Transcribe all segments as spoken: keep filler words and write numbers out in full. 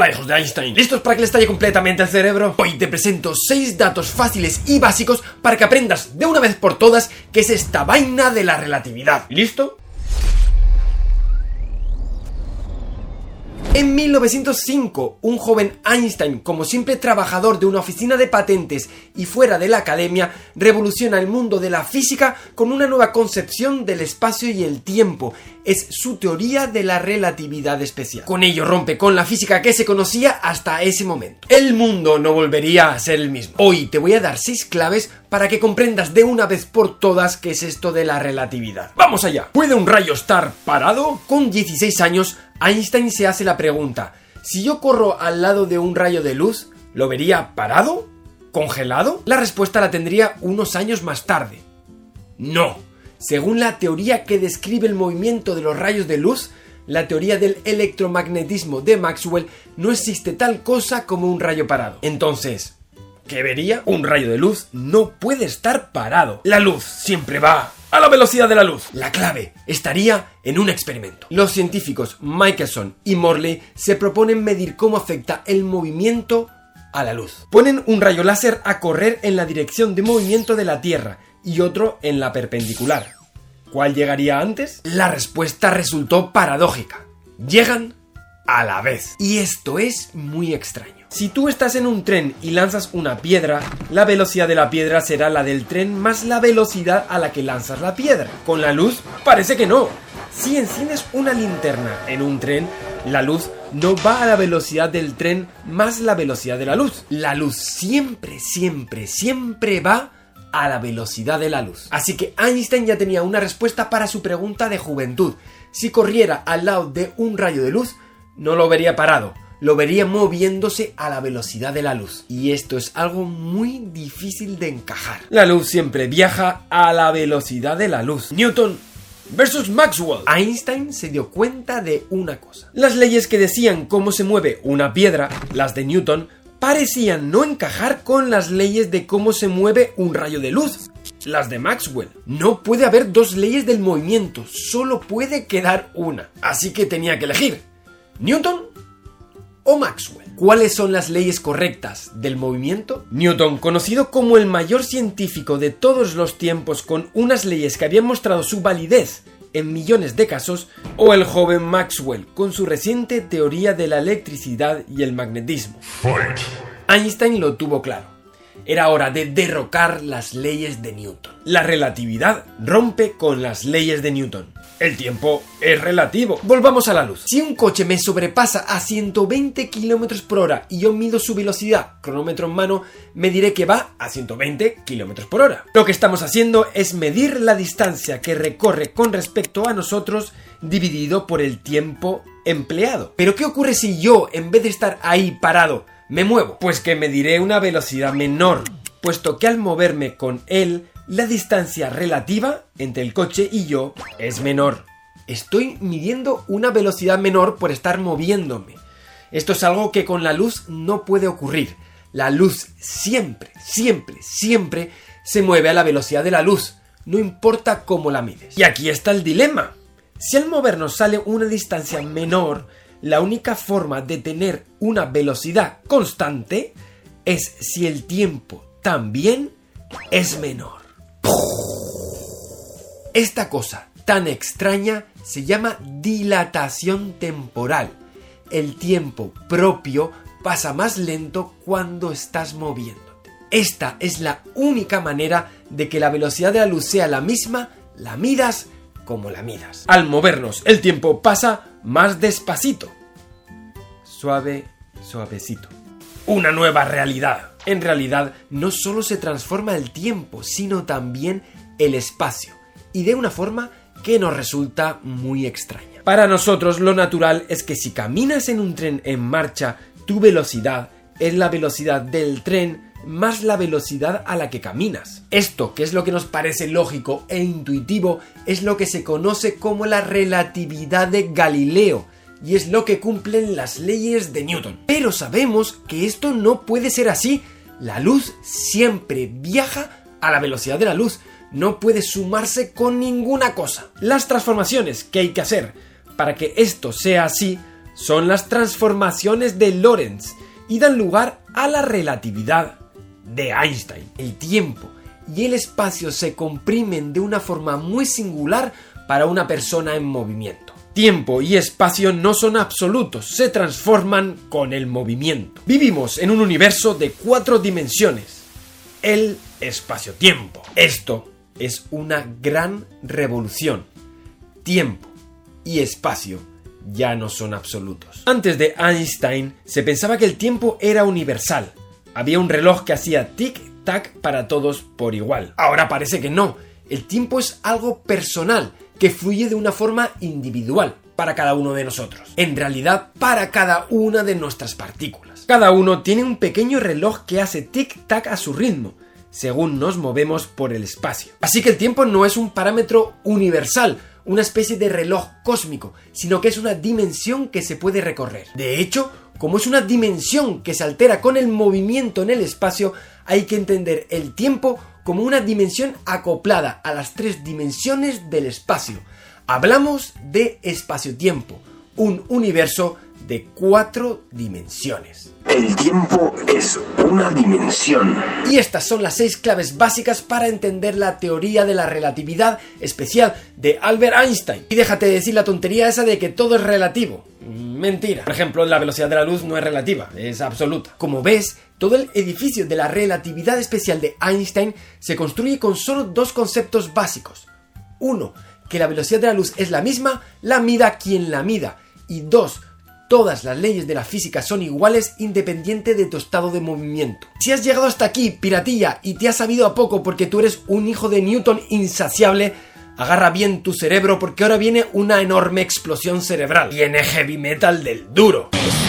Hola hijos de Einstein, ¿listos para que les estalle completamente el cerebro? Hoy te presento seis datos fáciles y básicos para que aprendas de una vez por todas qué es esta vaina de la relatividad. ¿Listo? En mil novecientos cinco, un joven Einstein, como simple trabajador de una oficina de patentes y fuera de la academia, revoluciona el mundo de la física con una nueva concepción del espacio y el tiempo. Es su teoría de la relatividad especial. Con ello rompe con la física que se conocía hasta ese momento. El mundo no volvería a ser el mismo. Hoy te voy a dar seis claves para que comprendas de una vez por todas qué es esto de la relatividad. ¡Vamos allá! ¿Puede un rayo estar parado? Con dieciséis años, Einstein se hace la pregunta: si yo corro al lado de un rayo de luz, ¿lo vería parado? ¿Congelado? La respuesta la tendría unos años más tarde. No. Según la teoría que describe el movimiento de los rayos de luz, la teoría del electromagnetismo de Maxwell, no existe tal cosa como un rayo parado. Entonces, ¿qué vería? Un rayo de luz no puede estar parado. La luz siempre va a la velocidad de la luz. La clave estaría en un experimento. Los científicos Michelson y Morley se proponen medir cómo afecta el movimiento a la luz. Ponen un rayo láser a correr en la dirección de movimiento de la Tierra y otro en la perpendicular. ¿Cuál llegaría antes? La respuesta resultó paradójica. Llegan a la vez. Y esto es muy extraño. Si tú estás en un tren y lanzas una piedra, la velocidad de la piedra será la del tren más la velocidad a la que lanzas la piedra. Con la luz, parece que no. Si enciendes una linterna en un tren, la luz no va a la velocidad del tren más la velocidad de la luz. La luz siempre, siempre, siempre va a la velocidad de la luz. Así que Einstein ya tenía una respuesta para su pregunta de juventud. Si corriera al lado de un rayo de luz, no lo vería parado, lo vería moviéndose a la velocidad de la luz. Y esto es algo muy difícil de encajar. La luz siempre viaja a la velocidad de la luz. Newton versus Maxwell. Einstein se dio cuenta de una cosa. Las leyes que decían cómo se mueve una piedra, las de Newton, parecían no encajar con las leyes de cómo se mueve un rayo de luz, las de Maxwell. No puede haber dos leyes del movimiento, solo puede quedar una. Así que tenía que elegir Newton o Maxwell. ¿Cuáles son las leyes correctas del movimiento? Newton, conocido como el mayor científico de todos los tiempos con unas leyes que habían mostrado su validez en millones de casos, o el joven Maxwell con su reciente teoría de la electricidad y el magnetismo. Fight. Einstein lo tuvo claro. Era hora de derrocar las leyes de Newton. La relatividad rompe con las leyes de Newton. El tiempo es relativo. Volvamos a la luz. Si un coche me sobrepasa a ciento veinte kilómetros por hora y yo mido su velocidad, cronómetro en mano, me diré que va a ciento veinte kilómetros por hora. Lo que estamos haciendo es medir la distancia que recorre con respecto a nosotros dividido por el tiempo empleado. Pero ¿qué ocurre si yo, en vez de estar ahí parado, me muevo? Pues que mediré una velocidad menor, puesto que al moverme con él, la distancia relativa entre el coche y yo es menor. Estoy midiendo una velocidad menor por estar moviéndome. Esto es algo que con la luz no puede ocurrir. La luz siempre, siempre, siempre se mueve a la velocidad de la luz, no importa cómo la mides. Y aquí está el dilema. Si al movernos sale una distancia menor, la única forma de tener una velocidad constante es si el tiempo también es menor. Esta cosa tan extraña se llama dilatación temporal. El tiempo propio pasa más lento cuando estás moviéndote. Esta es la única manera de que la velocidad de la luz sea la misma, la midas como la midas. Al movernos, el tiempo pasa más despacito. Suave, suavecito. Una nueva realidad. En realidad, no solo se transforma el tiempo, sino también el espacio, y de una forma que nos resulta muy extraña. Para nosotros, lo natural es que si caminas en un tren en marcha, tu velocidad es la velocidad del tren más la velocidad a la que caminas. Esto, que es lo que nos parece lógico e intuitivo, es lo que se conoce como la relatividad de Galileo, y es lo que cumplen las leyes de Newton. Pero sabemos que esto no puede ser así. La luz siempre viaja a la velocidad de la luz, no puede sumarse con ninguna cosa. Las transformaciones que hay que hacer para que esto sea así son las transformaciones de Lorentz y dan lugar a la relatividad de Einstein. El tiempo y el espacio se comprimen de una forma muy singular para una persona en movimiento. Tiempo y espacio no son absolutos, se transforman con el movimiento. Vivimos en un universo de cuatro dimensiones, el espacio-tiempo. Esto es una gran revolución. Tiempo y espacio ya no son absolutos. Antes de Einstein se pensaba que el tiempo era universal. Había un reloj que hacía tic-tac para todos por igual. Ahora parece que no. El tiempo es algo personal, que fluye de una forma individual para cada uno de nosotros. En realidad, para cada una de nuestras partículas. Cada uno tiene un pequeño reloj que hace tic-tac a su ritmo, según nos movemos por el espacio. Así que el tiempo no es un parámetro universal, una especie de reloj cósmico, sino que es una dimensión que se puede recorrer. De hecho, como es una dimensión que se altera con el movimiento en el espacio, hay que entender el tiempo como una dimensión acoplada a las tres dimensiones del espacio. Hablamos de espacio-tiempo, un universo de cuatro dimensiones. El tiempo es una dimensión. Y estas son las seis claves básicas para entender la teoría de la relatividad especial de Albert Einstein. Y déjate de decir la tontería esa de que todo es relativo. Mentira. Por ejemplo, la velocidad de la luz no es relativa, es absoluta. Como ves, todo el edificio de la relatividad especial de Einstein se construye con solo dos conceptos básicos. Uno, que la velocidad de la luz es la misma, la mida quien la mida. Y dos, todas las leyes de la física son iguales independiente de tu estado de movimiento. Si has llegado hasta aquí, piratilla, y te has sabido a poco porque tú eres un hijo de Newton insaciable, agarra bien tu cerebro porque ahora viene una enorme explosión cerebral. Viene heavy metal del duro.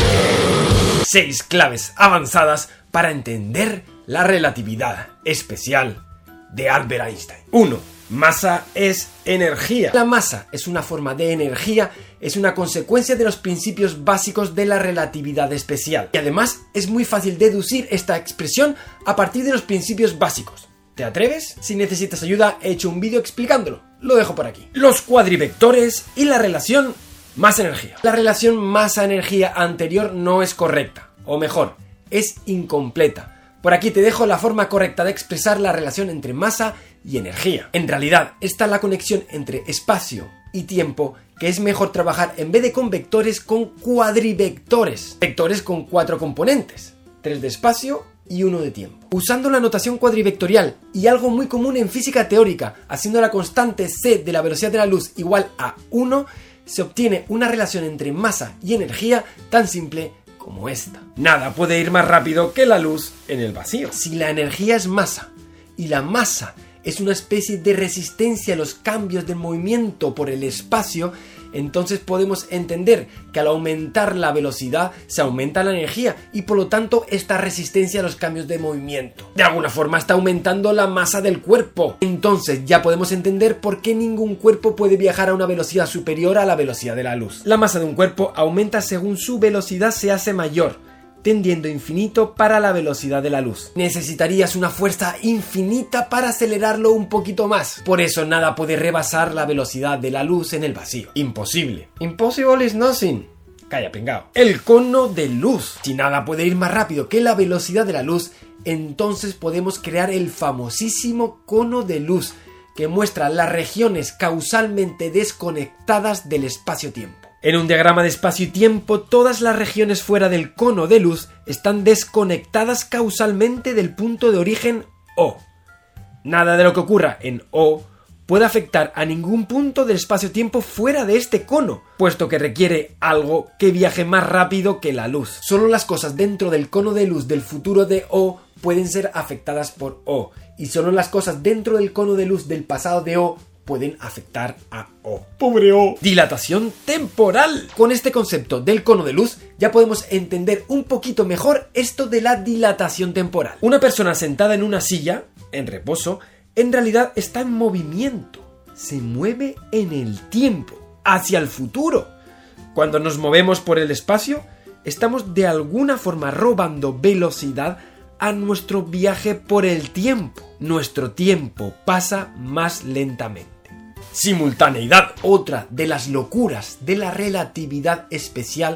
Seis claves avanzadas para entender la relatividad especial de Albert Einstein. uno. Masa es energía. La masa es una forma de energía, es una consecuencia de los principios básicos de la relatividad especial. Y además es muy fácil deducir esta expresión a partir de los principios básicos. ¿Te atreves? Si necesitas ayuda, he hecho un vídeo explicándolo. Lo dejo por aquí. Los cuadrivectores y la relación masa-energía. La relación masa-energía anterior no es correcta, o mejor, es incompleta. Por aquí te dejo la forma correcta de expresar la relación entre masa y energía. En realidad, está la conexión entre espacio y tiempo, que es mejor trabajar en vez de con vectores con cuadrivectores. Vectores con cuatro componentes, tres de espacio y uno de tiempo. Usando la notación cuadrivectorial y algo muy común en física teórica, haciendo la constante c de la velocidad de la luz igual a uno, se obtiene una relación entre masa y energía tan simple como esta. Nada puede ir más rápido que la luz en el vacío. Si la energía es masa y la masa es una especie de resistencia a los cambios de movimiento por el espacio, entonces podemos entender que al aumentar la velocidad se aumenta la energía y por lo tanto esta resistencia a los cambios de movimiento. De alguna forma está aumentando la masa del cuerpo. Entonces ya podemos entender por qué ningún cuerpo puede viajar a una velocidad superior a la velocidad de la luz. La masa de un cuerpo aumenta según su velocidad se hace mayor, tendiendo infinito para la velocidad de la luz. Necesitarías una fuerza infinita para acelerarlo un poquito más. Por eso nada puede rebasar la velocidad de la luz en el vacío. Imposible. Impossible is nothing. Calla, pringao. El cono de luz. Si nada puede ir más rápido que la velocidad de la luz, entonces podemos crear el famosísimo cono de luz, que muestra las regiones causalmente desconectadas del espacio-tiempo. En un diagrama de espacio y tiempo, todas las regiones fuera del cono de luz están desconectadas causalmente del punto de origen O. Nada de lo que ocurra en O puede afectar a ningún punto del espacio-tiempo fuera de este cono, puesto que requiere algo que viaje más rápido que la luz. Solo las cosas dentro del cono de luz del futuro de O pueden ser afectadas por O, y solo las cosas dentro del cono de luz del pasado de O pueden afectar a O. ¡Pobre O! Dilatación temporal. Con este concepto del cono de luz ya podemos entender un poquito mejor esto de la dilatación temporal. Una persona sentada en una silla, en reposo, en realidad está en movimiento. Se mueve en el tiempo, hacia el futuro. Cuando nos movemos por el espacio, estamos de alguna forma robando velocidad a nuestro viaje por el tiempo. Nuestro tiempo pasa más lentamente. Simultaneidad. Otra de las locuras de la relatividad especial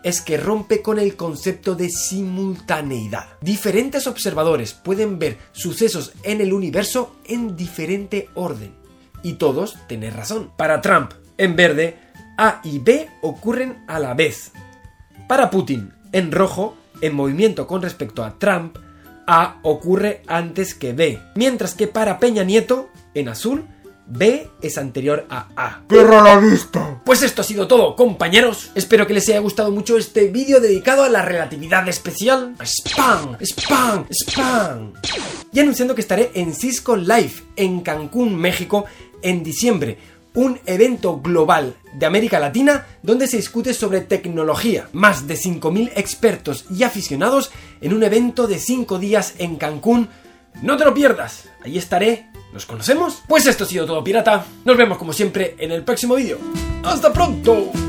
es que rompe con el concepto de simultaneidad. Diferentes observadores pueden ver sucesos en el universo en diferente orden. Y todos tienen razón. Para Trump, en verde, A y B ocurren a la vez. Para Putin, en rojo, en movimiento con respecto a Trump, A ocurre antes que B. Mientras que para Peña Nieto, en azul, B es anterior a A. ¡Perra la vista! Pues esto ha sido todo, compañeros. Espero que les haya gustado mucho este vídeo dedicado a la relatividad especial. ¡Spam! ¡Spam! ¡Spam! Y anunciando que estaré en Cisco Live, en Cancún, México, en diciembre. Un evento global de América Latina donde se discute sobre tecnología. Más de cinco mil expertos y aficionados en un evento de cinco días en Cancún. ¡No te lo pierdas! Ahí estaré. ¿Nos conocemos? Pues esto ha sido todo, pirata. Nos vemos como siempre en el próximo vídeo. ¡Hasta pronto!